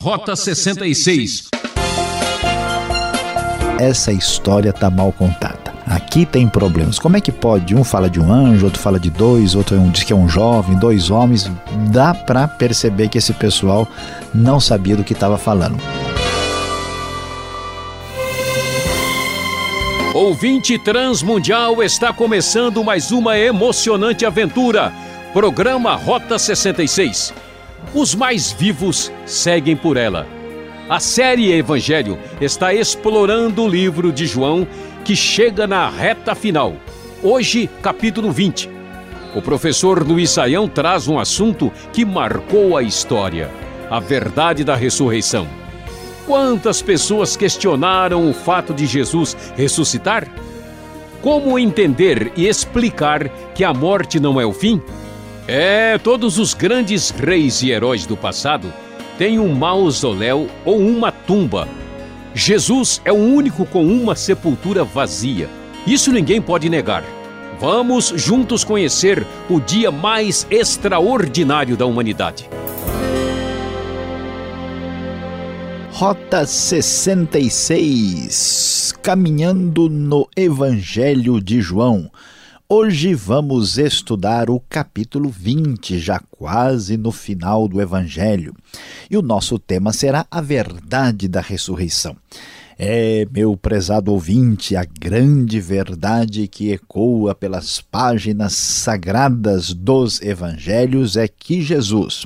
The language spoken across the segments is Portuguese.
Rota 66. Essa história está mal contada. Aqui tem problemas. Como é que pode? Um fala de um anjo, outro fala de dois, outro diz que é um jovem, dois homens. Dá para perceber que esse pessoal não sabia do que estava falando. Ouvinte transmundial, está começando mais uma emocionante aventura. Programa Rota 66. Os mais vivos seguem por ela. A série Evangelho está explorando o livro de João, que chega na reta final. Hoje, capítulo 20. O professor Luiz Saião traz um assunto que marcou a história: a verdade da ressurreição. Quantas pessoas questionaram o fato de Jesus ressuscitar? Como entender e explicar que a morte não é o fim? Todos os grandes reis e heróis do passado têm um mausoléu ou uma tumba. Jesus é o único com uma sepultura vazia. Isso ninguém pode negar. Vamos juntos conhecer o dia mais extraordinário da humanidade. Rota 66, caminhando no Evangelho de João. Hoje vamos estudar o capítulo 20, já quase no final do Evangelho. E o nosso tema será a verdade da ressurreição. Meu prezado ouvinte, a grande verdade que ecoa pelas páginas sagradas dos Evangelhos é que Jesus,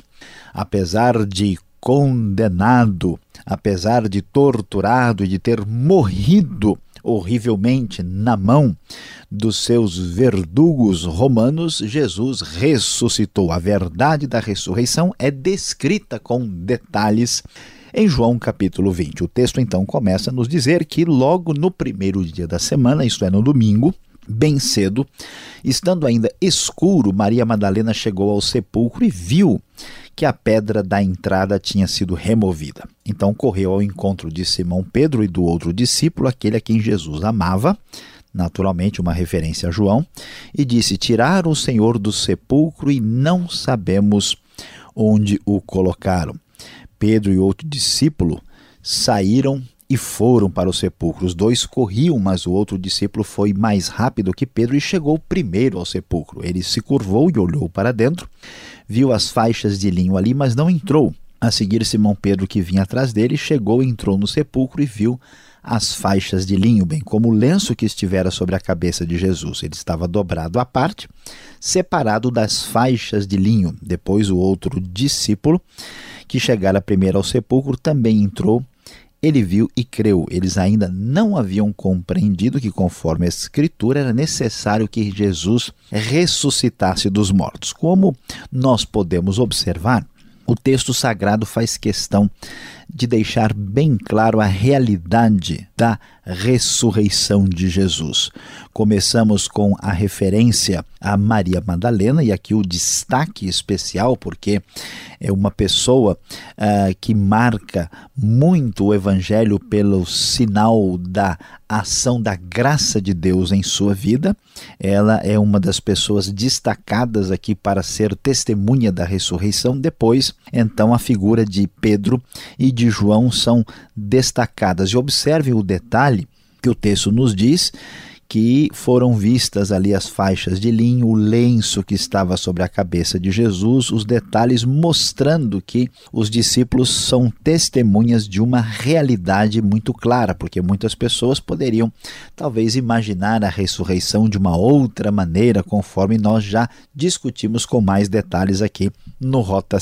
apesar de condenado, apesar de torturado e de ter morrido horrivelmente na mão dos seus verdugos romanos, Jesus ressuscitou. A verdade da ressurreição é descrita com detalhes em João capítulo 20. O texto então começa a nos dizer que logo no primeiro dia da semana, isto é, no domingo, bem cedo, estando ainda escuro, Maria Madalena chegou ao sepulcro e viu que a pedra da entrada tinha sido removida. Então correu ao encontro de Simão Pedro e do outro discípulo, aquele a quem Jesus amava, naturalmente uma referência a João, e disse: tiraram o Senhor do sepulcro e não sabemos onde o colocaram. Pedro e outro discípulo saíram e foram para o sepulcro. Os dois corriam, mas o outro discípulo foi mais rápido que Pedro e chegou primeiro ao sepulcro. Ele se curvou e olhou para dentro, viu as faixas de linho ali, mas não entrou. A seguir, Simão Pedro, que vinha atrás dele, chegou, entrou no sepulcro e viu as faixas de linho, bem como o lenço que estivera sobre a cabeça de Jesus. Ele estava dobrado à parte, separado das faixas de linho. Depois o outro discípulo, que chegara primeiro ao sepulcro, também entrou. Ele viu e creu. Eles ainda não haviam compreendido que, conforme a Escritura, era necessário que Jesus ressuscitasse dos mortos. Como nós podemos observar, o texto sagrado faz questão de deixar bem claro a realidade da ressurreição de Jesus. Começamos com a referência a Maria Madalena, e aqui o destaque especial, porque é uma pessoa que marca muito o Evangelho pelo sinal da ação da graça de Deus em sua vida. Ela é uma das pessoas destacadas aqui para ser testemunha da ressurreição. Depois, então, a figura de Pedro e de João são destacadas. E observe o detalhe que o texto nos diz, que foram vistas ali as faixas de linho, o lenço que estava sobre a cabeça de Jesus, os detalhes mostrando que os discípulos são testemunhas de uma realidade muito clara, porque muitas pessoas poderiam talvez imaginar a ressurreição de uma outra maneira, conforme nós já discutimos com mais detalhes aqui no Rota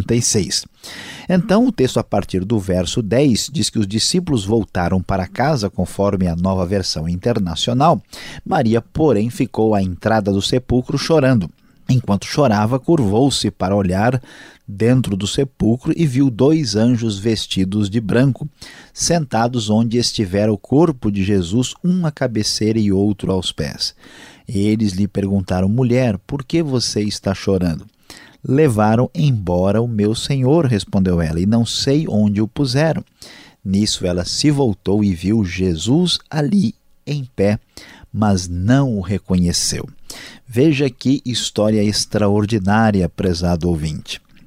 66. Então, o texto a partir do verso 10 diz que os discípulos voltaram para casa, conforme a Nova Versão Internacional. Maria, porém, ficou à entrada do sepulcro chorando. Enquanto chorava, curvou-se para olhar dentro do sepulcro e viu dois anjos vestidos de branco, sentados onde estivera o corpo de Jesus, um à cabeceira e outro aos pés. Eles lhe perguntaram: mulher, por que você está chorando? Levaram embora o meu Senhor, respondeu ela, e não sei onde o puseram. Nisso ela se voltou e viu Jesus ali em pé, mas não o reconheceu. Veja que história extraordinária, prezado ouvinte.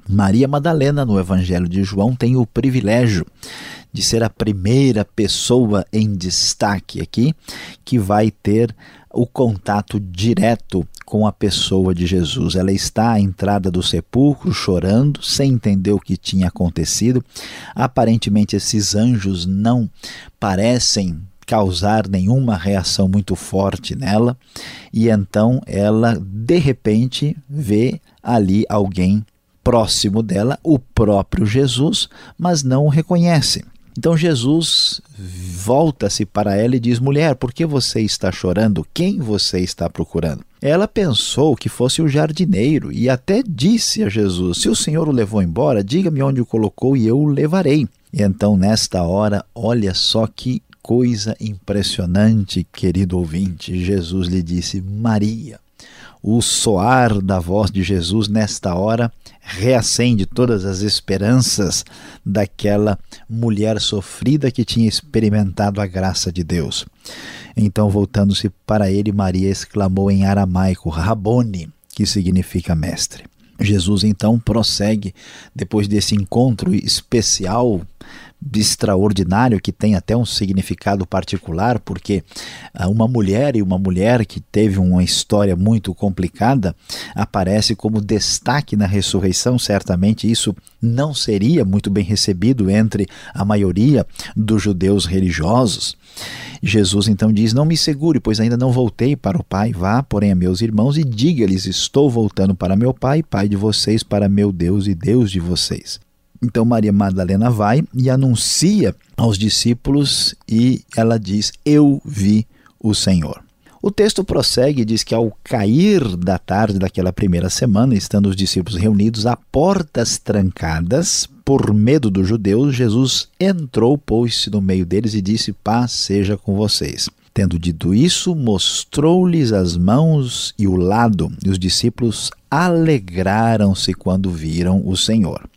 Maria Madalena, no Evangelho de João, tem o privilégio de ser a primeira pessoa em destaque aqui que vai ter o contato direto com a pessoa de Jesus. Ela está à entrada do sepulcro chorando, sem entender o que tinha acontecido. Aparentemente esses anjos não parecem causar nenhuma reação muito forte nela, e então ela de repente vê ali alguém próximo dela, o próprio Jesus, mas não o reconhece. Então Jesus volta-se para ela e diz: mulher, por que você está chorando? Quem você está procurando? Ela pensou que fosse o jardineiro e até disse a Jesus: se o Senhor o levou embora, diga-me onde o colocou e eu o levarei. E então nesta hora, olha só que coisa impressionante, querido ouvinte, Jesus lhe disse: Maria. O soar da voz de Jesus nesta hora reacende todas as esperanças daquela mulher sofrida que tinha experimentado a graça de Deus. Então, voltando-se para ele, Maria exclamou em aramaico, Rabone, que significa mestre. Jesus então prossegue, depois desse encontro especial, extraordinário, que tem até um significado particular, porque uma mulher que teve uma história muito complicada aparece como destaque na ressurreição. Certamente isso não seria muito bem recebido entre a maioria dos judeus religiosos. Jesus então diz: não me segure, pois ainda não voltei para o Pai. Vá, porém, a meus irmãos e diga-lhes: estou voltando para meu Pai, Pai de vocês, para meu Deus e Deus de vocês. Então Maria Madalena vai e anuncia aos discípulos e ela diz: eu vi o Senhor. O texto prossegue e diz que ao cair da tarde daquela primeira semana, estando os discípulos reunidos a portas trancadas, por medo dos judeus, Jesus entrou, pôs-se no meio deles e disse: paz seja com vocês. Tendo dito isso, mostrou-lhes as mãos e o lado, e os discípulos alegraram-se quando viram o Senhor.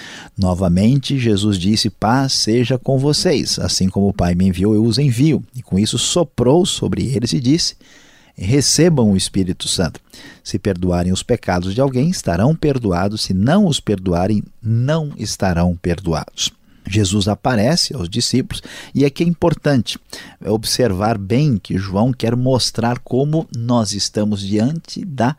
Novamente, Jesus disse: paz seja com vocês. Assim como o Pai me enviou, eu os envio. E com isso soprou sobre eles e disse: recebam o Espírito Santo. Se perdoarem os pecados de alguém, estarão perdoados. Se não os perdoarem, não estarão perdoados. Jesus aparece aos discípulos e aqui é importante observar bem que João quer mostrar como nós estamos diante da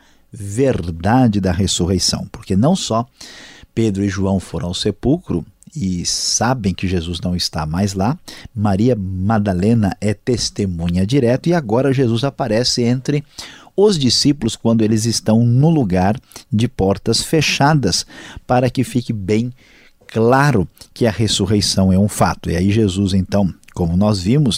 verdade da ressurreição. Porque não só Pedro e João foram ao sepulcro e sabem que Jesus não está mais lá, Maria Madalena é testemunha direta e agora Jesus aparece entre os discípulos quando eles estão no lugar de portas fechadas, para que fique bem claro que a ressurreição é um fato. E aí Jesus então, como nós vimos,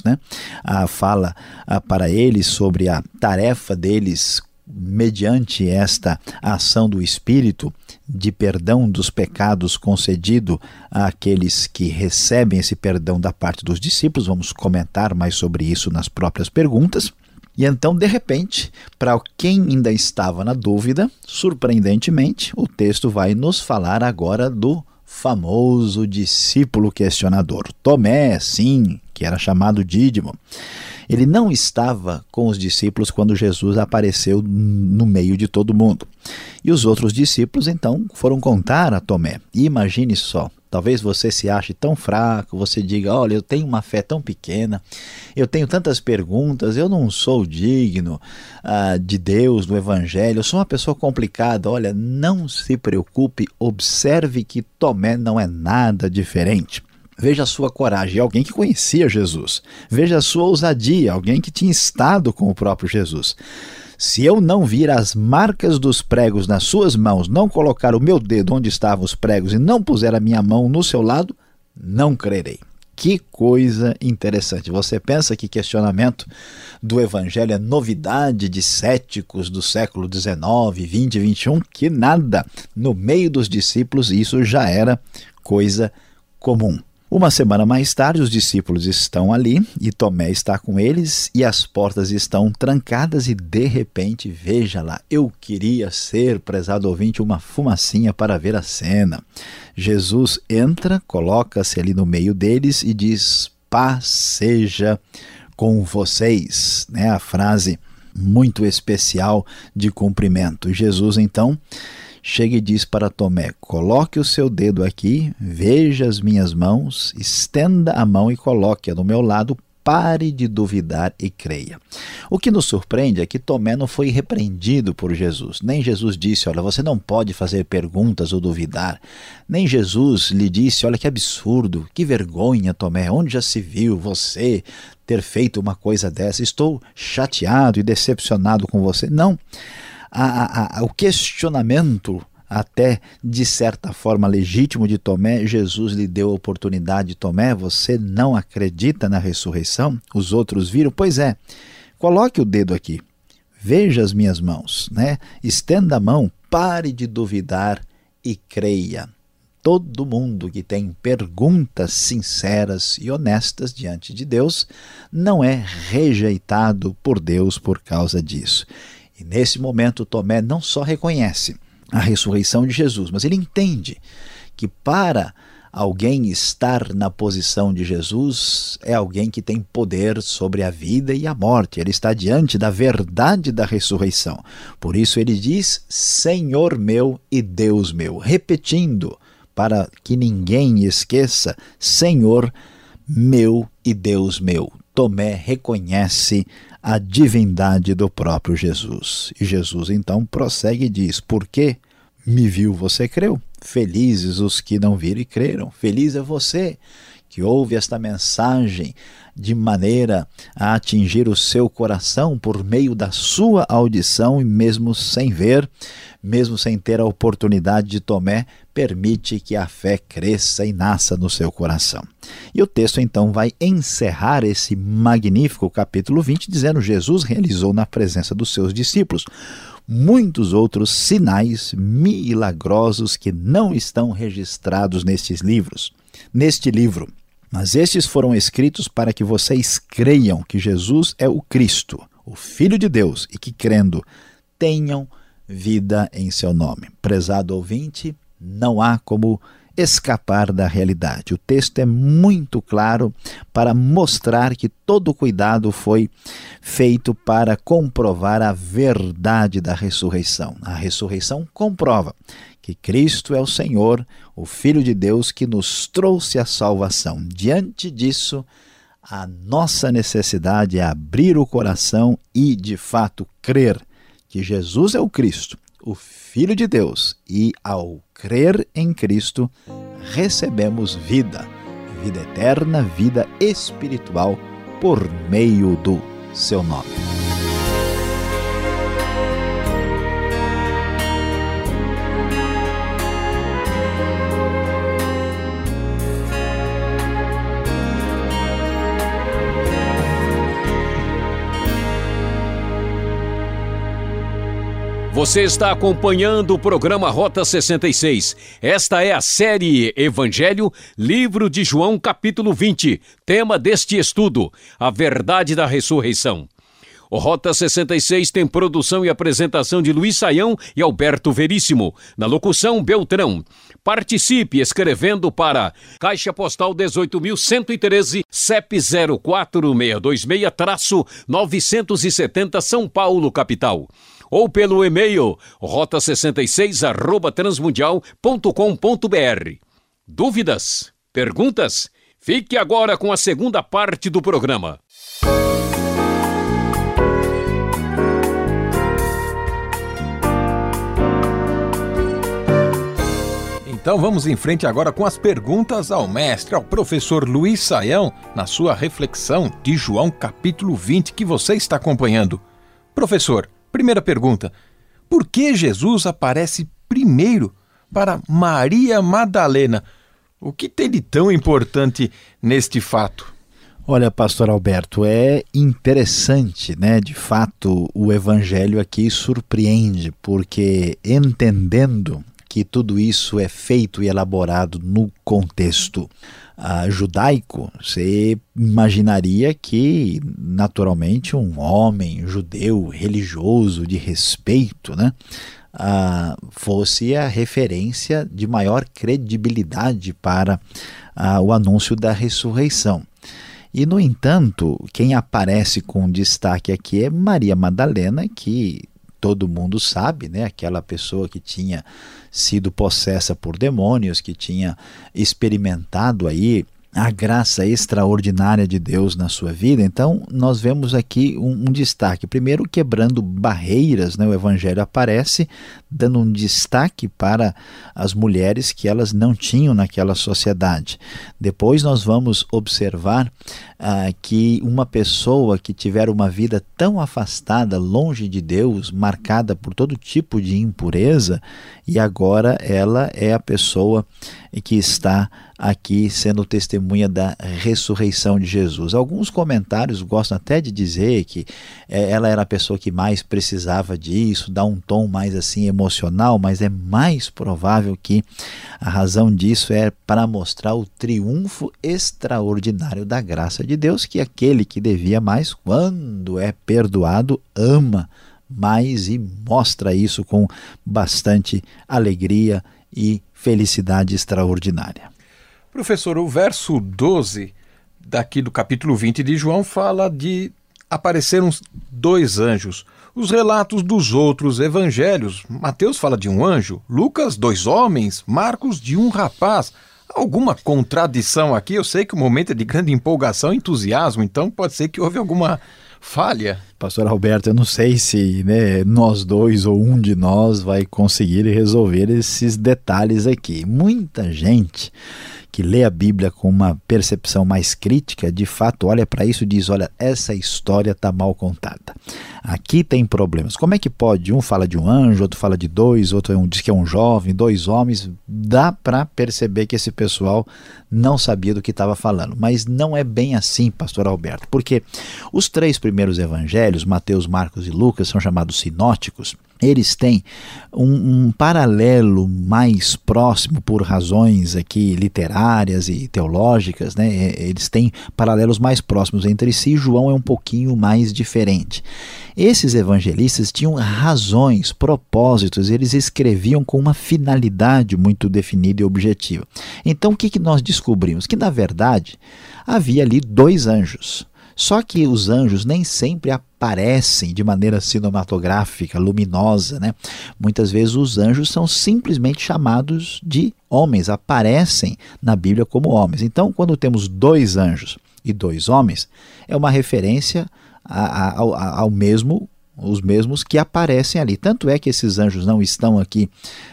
fala para eles sobre a tarefa deles mediante esta ação do Espírito de perdão dos pecados concedido àqueles que recebem esse perdão da parte dos discípulos. Vamos comentar mais sobre isso nas próprias perguntas. E então, de repente, para quem ainda estava na dúvida, surpreendentemente, o texto vai nos falar agora do famoso discípulo questionador. Tomé, sim, que era chamado Dídimo. Ele não estava com os discípulos quando Jesus apareceu no meio de todo mundo. E os outros discípulos, então, foram contar a Tomé. E imagine só, talvez você se ache tão fraco, você diga: olha, eu tenho uma fé tão pequena, eu tenho tantas perguntas, eu não sou digno de Deus, do Evangelho, eu sou uma pessoa complicada. Olha, não se preocupe, observe que Tomé não é nada diferente. Veja a sua coragem, alguém que conhecia Jesus. Veja a sua ousadia, alguém que tinha estado com o próprio Jesus. Se eu não vir as marcas dos pregos nas suas mãos, não colocar o meu dedo onde estavam os pregos e não puser a minha mão no seu lado, não crerei. Que coisa interessante. Você pensa que questionamento do Evangelho é novidade de céticos do século XIX, XX e XXI? Que nada. No meio dos discípulos isso já era coisa comum. Uma semana mais tarde, os discípulos estão ali e Tomé está com eles e as portas estão trancadas e de repente, veja lá, eu queria ser, prezado ouvinte, uma fumacinha para ver a cena. Jesus entra, coloca-se ali no meio deles e diz: paz seja com vocês, A frase muito especial de cumprimento. Jesus então chega e diz para Tomé: coloque o seu dedo aqui, veja as minhas mãos, estenda a mão e coloque-a no meu lado, pare de duvidar e creia. O que nos surpreende é que Tomé não foi repreendido por Jesus. Nem Jesus disse: olha, você não pode fazer perguntas ou duvidar. Nem Jesus lhe disse: olha, que absurdo, que vergonha, Tomé, onde já se viu você ter feito uma coisa dessa? Estou chateado e decepcionado com você. Não. O questionamento, até de certa forma legítimo, de Tomé, Jesus lhe deu a oportunidade. Tomé, você não acredita na ressurreição? Os outros viram? Pois é, coloque o dedo aqui, veja as minhas mãos, né? Estenda a mão, pare de duvidar e creia. Todo mundo que tem perguntas sinceras e honestas diante de Deus não é rejeitado por Deus por causa disso. E nesse momento Tomé não só reconhece a ressurreição de Jesus, mas ele entende que para alguém estar na posição de Jesus é alguém que tem poder sobre a vida e a morte. Ele está diante da verdade da ressurreição. Por isso ele diz: Senhor meu e Deus meu, repetindo para que ninguém esqueça: Senhor meu e Deus meu. Tomé reconhece a divindade do próprio Jesus. E Jesus então prossegue e diz: porque me viu, você creu? Felizes os que não viram e creram. Feliz é você que ouve esta mensagem de maneira a atingir o seu coração por meio da sua audição, e mesmo sem ver, mesmo sem ter a oportunidade de Tomé, permite que a fé cresça e nasça no seu coração. E o texto então vai encerrar esse magnífico capítulo 20 dizendo: Jesus realizou na presença dos seus discípulos muitos outros sinais milagrosos que não estão registrados neste livro. Mas estes foram escritos para que vocês creiam que Jesus é o Cristo, o Filho de Deus, e que, crendo, tenham vida em seu nome. Prezado ouvinte, não há como escapar da realidade. O texto é muito claro para mostrar que todo cuidado foi feito para comprovar a verdade da ressurreição. A ressurreição comprova que Cristo é o Senhor, o Filho de Deus, que nos trouxe a salvação. Diante disso, a nossa necessidade é abrir o coração e, de fato, crer que Jesus é o Cristo, o Filho de Deus, e ao crer em Cristo, recebemos vida eterna, vida espiritual, por meio do seu nome. Você está acompanhando o programa Rota 66. Esta é a série Evangelho, livro de João, capítulo 20. Tema deste estudo: a verdade da ressurreição. O Rota 66 tem produção e apresentação de Luiz Saião e Alberto Veríssimo. Na locução, Beltrão. Participe escrevendo para Caixa Postal 18.113, CEP 04626-970, São Paulo, capital. Ou pelo e-mail rota66@transmundial.com.br. Dúvidas? Perguntas? Fique agora com a segunda parte do programa. Então vamos em frente agora com as perguntas ao mestre, ao professor Luiz Saião, na sua reflexão de João capítulo 20, que você está acompanhando. Professor, primeira pergunta: por que Jesus aparece primeiro para Maria Madalena? O que tem de tão importante neste fato? Olha, pastor Alberto, é interessante, né? De fato, o evangelho aqui surpreende, porque entendendo que tudo isso é feito e elaborado no contexto judaico, você imaginaria que, naturalmente, um homem judeu, religioso, de respeito, né, fosse a referência de maior credibilidade para o anúncio da ressurreição. E, no entanto, quem aparece com destaque aqui é Maria Madalena, que todo mundo sabe, né? Aquela pessoa que tinha sido possessa por demônios, que tinha experimentado aí a graça extraordinária de Deus na sua vida. Então nós vemos aqui um destaque, primeiro quebrando barreiras, né? O Evangelho aparece dando um destaque para as mulheres que elas não tinham naquela sociedade. Depois nós vamos observar que uma pessoa que tiver uma vida tão afastada, longe de Deus, marcada por todo tipo de impureza, e agora ela é a pessoa que está aqui sendo testemunha da ressurreição de Jesus. Alguns comentários gostam até de dizer que ela era a pessoa que mais precisava disso, dá um tom mais assim emocional, mas é mais provável que a razão disso é para mostrar o triunfo extraordinário da graça de Deus, que aquele que devia mais, quando é perdoado, ama mais e mostra isso com bastante alegria e felicidade extraordinária. Professor, o verso 12 daqui do capítulo 20 de João fala de apareceram 2 anjos. Os relatos dos outros evangelhos, Mateus fala de um anjo, Lucas 2 homens, Marcos de um rapaz. Alguma contradição aqui? Eu sei que o momento é de grande empolgação e entusiasmo, então pode ser que houve alguma falha. Pastor Alberto, eu não sei se nós dois ou um de nós vai conseguir resolver esses detalhes aqui. Muita gente que lê a Bíblia com uma percepção mais crítica, de fato olha para isso e diz, olha, essa história está mal contada. Aqui tem problemas. Como é que pode? Um fala de um anjo, outro fala de 2, outro diz que é um jovem, 2 homens. Dá para perceber que esse pessoal não sabia do que estava falando. Mas não é bem assim, pastor Alberto, porque os 3 primeiros evangelhos, Mateus, Marcos e Lucas, são chamados sinóticos. Eles têm um paralelo mais próximo por razões aqui literárias e teológicas, né? Eles têm paralelos mais próximos entre si. João é um pouquinho mais diferente. Esses evangelistas tinham razões, propósitos, eles escreviam com uma finalidade muito definida e objetiva. Então o que nós descobrimos? Que na verdade havia ali 2 anjos. Só que os anjos nem sempre aparecem de maneira cinematográfica, luminosa, né? Muitas vezes os anjos são simplesmente chamados de homens, aparecem na Bíblia como homens. Então, quando temos 2 anjos e 2 homens, é uma referência ao mesmo, os mesmos que aparecem ali. Tanto é que esses anjos não estão aqui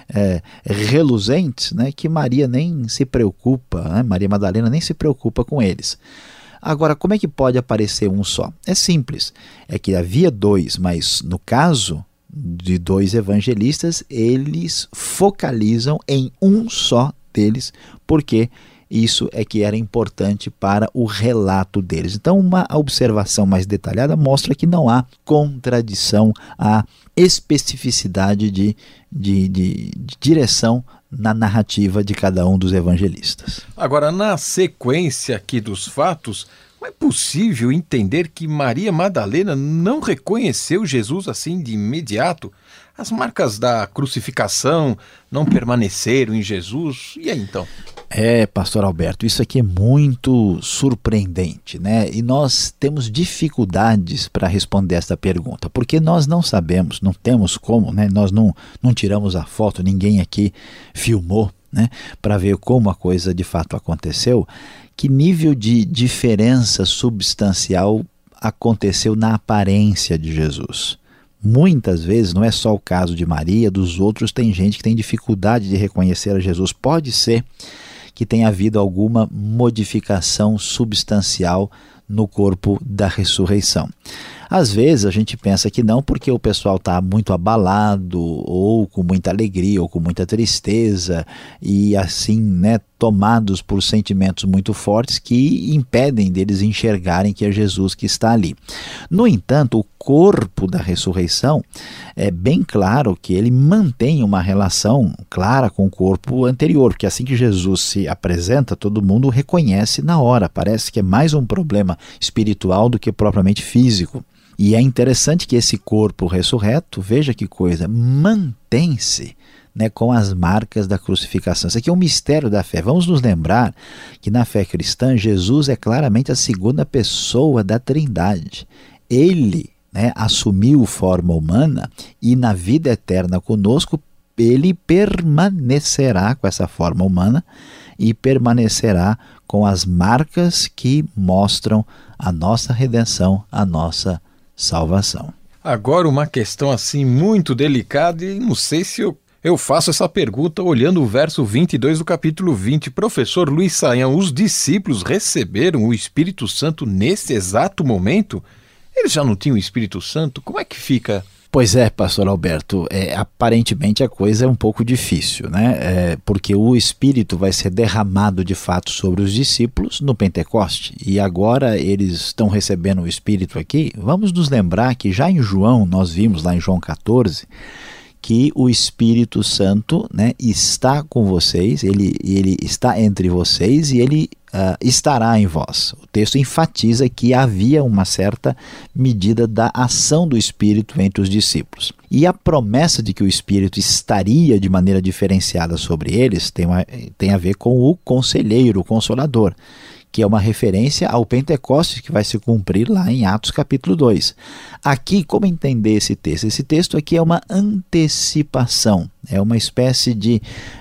reluzentes, né? Que Maria nem se preocupa, né? Maria Madalena nem se preocupa com eles. Agora, como é que pode aparecer um só? É simples, é que havia 2, mas no caso de 2 evangelistas, eles focalizam em um só deles, porque isso é que era importante para o relato deles. Então, uma observação mais detalhada mostra que não há contradição, há especificidade de direção na narrativa de cada um dos evangelistas. Agora, na sequência aqui dos fatos, não é possível entender que Maria Madalena não reconheceu Jesus assim de imediato? As marcas da crucificação não permaneceram em Jesus? E aí então? Pastor Alberto, isso aqui é muito surpreendente, né? E nós temos dificuldades para responder essa pergunta, porque nós não sabemos, não temos como, né? Nós não tiramos a foto, ninguém aqui filmou, né? Para ver como a coisa de fato aconteceu. Que nível de diferença substancial aconteceu na aparência de Jesus? Muitas vezes, não é só o caso de Maria, dos outros tem gente que tem dificuldade de reconhecer a Jesus. Pode ser que tenha havido alguma modificação substancial no corpo da ressurreição. Às vezes a gente pensa que não, porque o pessoal está muito abalado, ou com muita alegria, ou com muita tristeza, e assim, né, tomados por sentimentos muito fortes que impedem deles enxergarem que é Jesus que está ali. No entanto, o corpo da ressurreição é bem claro que ele mantém uma relação clara com o corpo anterior, porque assim que Jesus se apresenta, todo mundo reconhece na hora. Parece que é mais um problema espiritual do que propriamente físico. E é interessante que esse corpo ressurreto, veja que coisa, mantém-se, né, com as marcas da crucificação. Isso aqui é um mistério da fé. Vamos nos lembrar que na fé cristã, Jesus é claramente a segunda pessoa da Trindade. Ele, né, assumiu forma humana e na vida eterna conosco ele permanecerá com essa forma humana e permanecerá com as marcas que mostram a nossa redenção, a nossa salvação. Agora uma questão assim muito delicada e não sei se eu faço essa pergunta olhando o verso 22 do capítulo 20. Professor Luiz Saião, os discípulos receberam o Espírito Santo nesse exato momento? Eles já não tinham o Espírito Santo? Como é que fica? Pois é, pastor Alberto, aparentemente a coisa é um pouco difícil, né? Porque o Espírito vai ser derramado de fato sobre os discípulos no Pentecoste e agora eles estão recebendo o Espírito aqui. Vamos nos lembrar que já em João, nós vimos lá em João 14, que o Espírito Santo, né, está com vocês, ele está entre vocês e ele estará em vós. O texto enfatiza que havia uma certa medida da ação do Espírito entre os discípulos. E a promessa de que o Espírito estaria de maneira diferenciada sobre eles tem a ver com o conselheiro, o consolador, que é uma referência ao Pentecostes que vai se cumprir lá em Atos capítulo 2. Aqui, como entender esse texto? Esse texto aqui é uma antecipação, é uma espécie de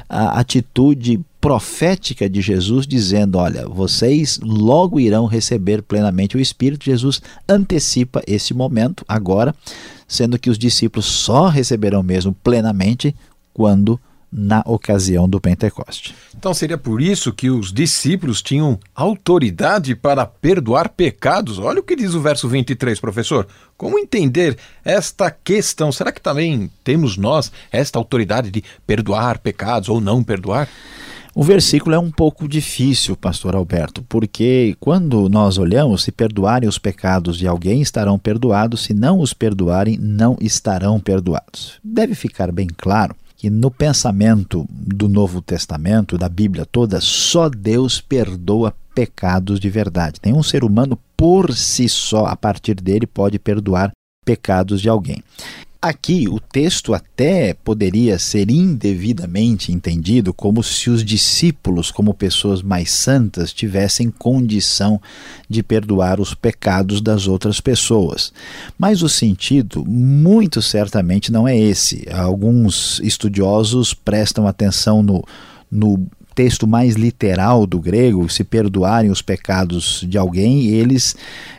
atitude profética de Jesus dizendo, olha, vocês logo irão receber plenamente o Espírito. Jesus antecipa esse momento agora, sendo que os discípulos só receberão mesmo plenamente quando na ocasião do Pentecoste. Então seria por isso que os discípulos tinham autoridade para perdoar pecados? Olha o que diz o verso 23, professor. Como entender esta questão? Será que também temos nós esta autoridade de perdoar pecados ou não perdoar? O versículo é um pouco difícil, pastor Alberto, porque quando nós olhamos, se perdoarem os pecados de alguém, estarão perdoados, se não os perdoarem, não estarão perdoados. Deve ficar bem claro que no pensamento do Novo Testamento, da Bíblia toda, só Deus perdoa pecados de verdade. Nenhum ser humano por si só, a partir dele, pode perdoar pecados de alguém. Aqui o texto até poderia ser indevidamente entendido como se os discípulos, como pessoas mais santas, tivessem condição de perdoar os pecados das outras pessoas. Mas o sentido muito certamente não é esse. Alguns estudiosos prestam atenção no texto mais literal do grego. Se perdoarem os pecados de alguém, eles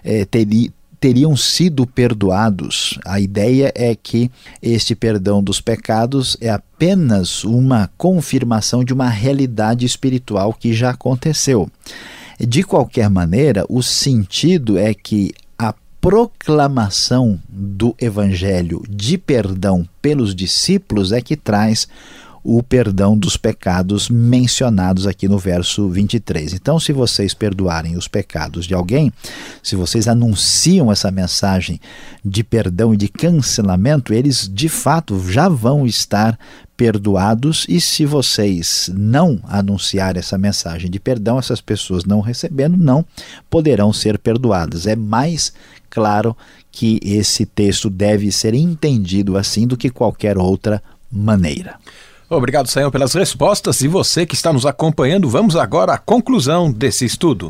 teriam sido perdoados. A ideia é que este perdão dos pecados é apenas uma confirmação de uma realidade espiritual que já aconteceu. De qualquer maneira, o sentido é que a proclamação do evangelho de perdão pelos discípulos é que traz o perdão dos pecados mencionados aqui no verso 23. Então, se vocês perdoarem os pecados de alguém, se vocês anunciam essa mensagem de perdão e de cancelamento, eles de fato já vão estar perdoados, e se vocês não anunciarem essa mensagem de perdão, essas pessoas não recebendo, não poderão ser perdoadas. É mais claro que esse texto deve ser entendido assim do que qualquer outra maneira. Obrigado, Saião, pelas respostas. E você que está nos acompanhando, vamos agora à conclusão desse estudo.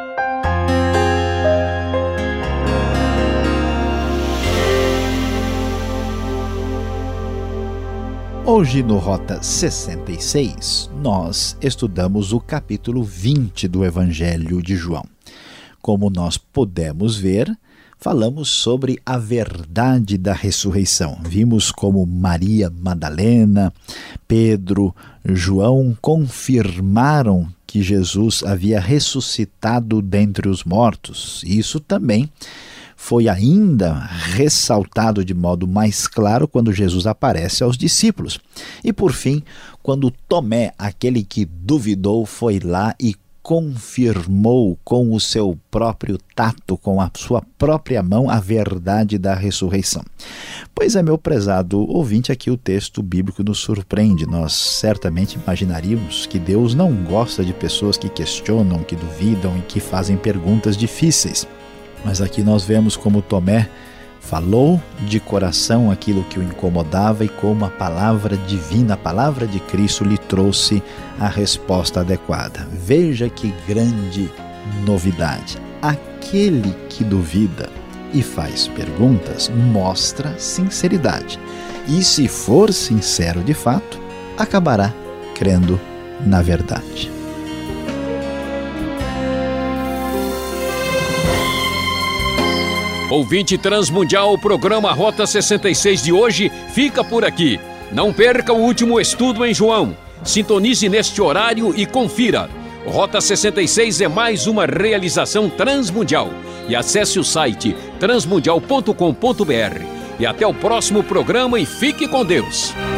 Hoje no Rota 66, nós estudamos o capítulo 20 do Evangelho de João. Como nós podemos ver, falamos sobre a verdade da ressurreição. Vimos como Maria Madalena, Pedro, João confirmaram que Jesus havia ressuscitado dentre os mortos. Isso também foi ainda ressaltado de modo mais claro quando Jesus aparece aos discípulos. E por fim, quando Tomé, aquele que duvidou, foi lá e confirmou com o seu próprio tato, com a sua própria mão, a verdade da ressurreição. Pois é, meu prezado ouvinte, aqui o texto bíblico nos surpreende. Nós certamente imaginaríamos que Deus não gosta de pessoas que questionam, que duvidam e que fazem perguntas difíceis. Mas aqui nós vemos como Tomé falou de coração aquilo que o incomodava e como a palavra divina, a palavra de Cristo, lhe trouxe a resposta adequada. Veja que grande novidade. Aquele que duvida e faz perguntas, mostra sinceridade. E se for sincero de fato, acabará crendo na verdade. Ouvinte Transmundial, o programa Rota 66 de hoje fica por aqui. Não perca o último estudo em João. Sintonize neste horário e confira. Rota 66 é mais uma realização transmundial. E acesse o site transmundial.com.br. E até o próximo programa e fique com Deus.